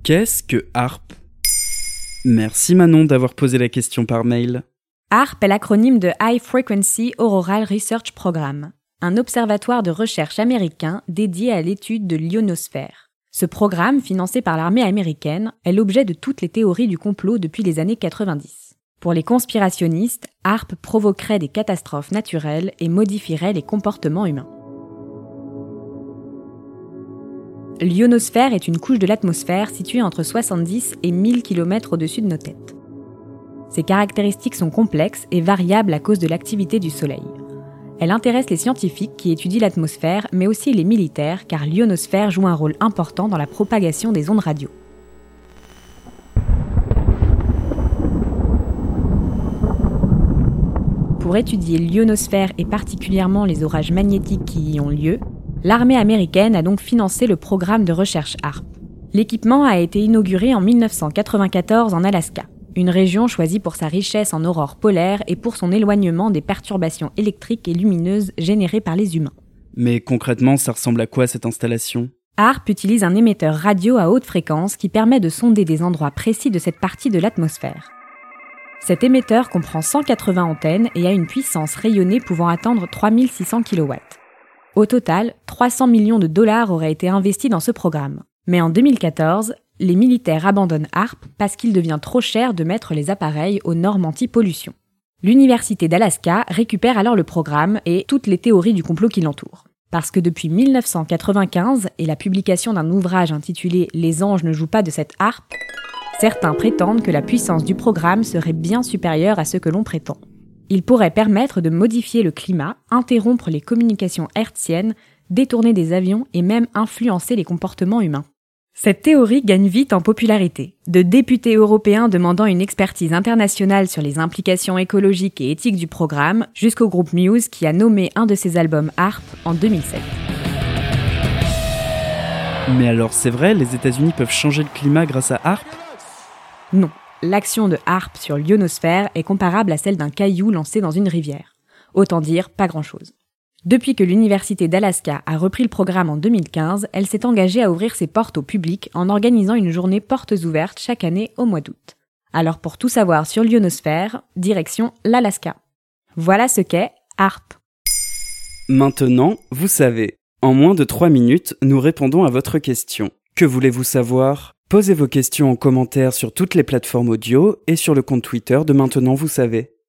Qu'est-ce que HARP ? Merci Manon d'avoir posé la question par mail. HARP est l'acronyme de High Frequency Auroral Research Program, un observatoire de recherche américain dédié à l'étude de l'ionosphère. Ce programme, financé par l'armée américaine, est l'objet de toutes les théories du complot depuis les années 90. Pour les conspirationnistes, HARP provoquerait des catastrophes naturelles et modifierait les comportements humains. L'ionosphère est une couche de l'atmosphère située entre 70 et 1000 km au-dessus de nos têtes. Ses caractéristiques sont complexes et variables à cause de l'activité du Soleil. Elle intéresse les scientifiques qui étudient l'atmosphère, mais aussi les militaires, car l'ionosphère joue un rôle important dans la propagation des ondes radio. Pour étudier l'ionosphère et particulièrement les orages magnétiques qui y ont lieu, l'armée américaine a donc financé le programme de recherche HARP. L'équipement a été inauguré en 1994 en Alaska, une région choisie pour sa richesse en aurores polaires et pour son éloignement des perturbations électriques et lumineuses générées par les humains. Mais concrètement, ça ressemble à quoi cette installation ? HARP utilise un émetteur radio à haute fréquence qui permet de sonder des endroits précis de cette partie de l'atmosphère. Cet émetteur comprend 180 antennes et a une puissance rayonnée pouvant atteindre 3600 kW. Au total, 300 millions de dollars auraient été investis dans ce programme. Mais en 2014, les militaires abandonnent HARP parce qu'il devient trop cher de mettre les appareils aux normes anti-pollution. L'Université d'Alaska récupère alors le programme et toutes les théories du complot qui l'entourent. Parce que depuis 1995 et la publication d'un ouvrage intitulé « Les anges ne jouent pas de cette HARP », certains prétendent que la puissance du programme serait bien supérieure à ce que l'on prétend. Il pourrait permettre de modifier le climat, interrompre les communications hertziennes, détourner des avions et même influencer les comportements humains. Cette théorie gagne vite en popularité, de députés européens demandant une expertise internationale sur les implications écologiques et éthiques du programme, jusqu'au groupe Muse qui a nommé un de ses albums HARP en 2007. Mais alors c'est vrai, les États-Unis peuvent changer le climat grâce à HARP ? Non, l'action de HARP sur l'ionosphère est comparable à celle d'un caillou lancé dans une rivière. Autant dire, pas grand-chose. Depuis que l'Université d'Alaska a repris le programme en 2015, elle s'est engagée à ouvrir ses portes au public en organisant une journée portes ouvertes chaque année au mois d'août. Alors pour tout savoir sur l'ionosphère, direction l'Alaska. Voilà ce qu'est HARP. Maintenant, vous savez. En moins de 3 minutes, nous répondons à votre question. Que voulez-vous savoir ? Posez vos questions en commentaire sur toutes les plateformes audio et sur le compte Twitter de Maintenant Vous Savez.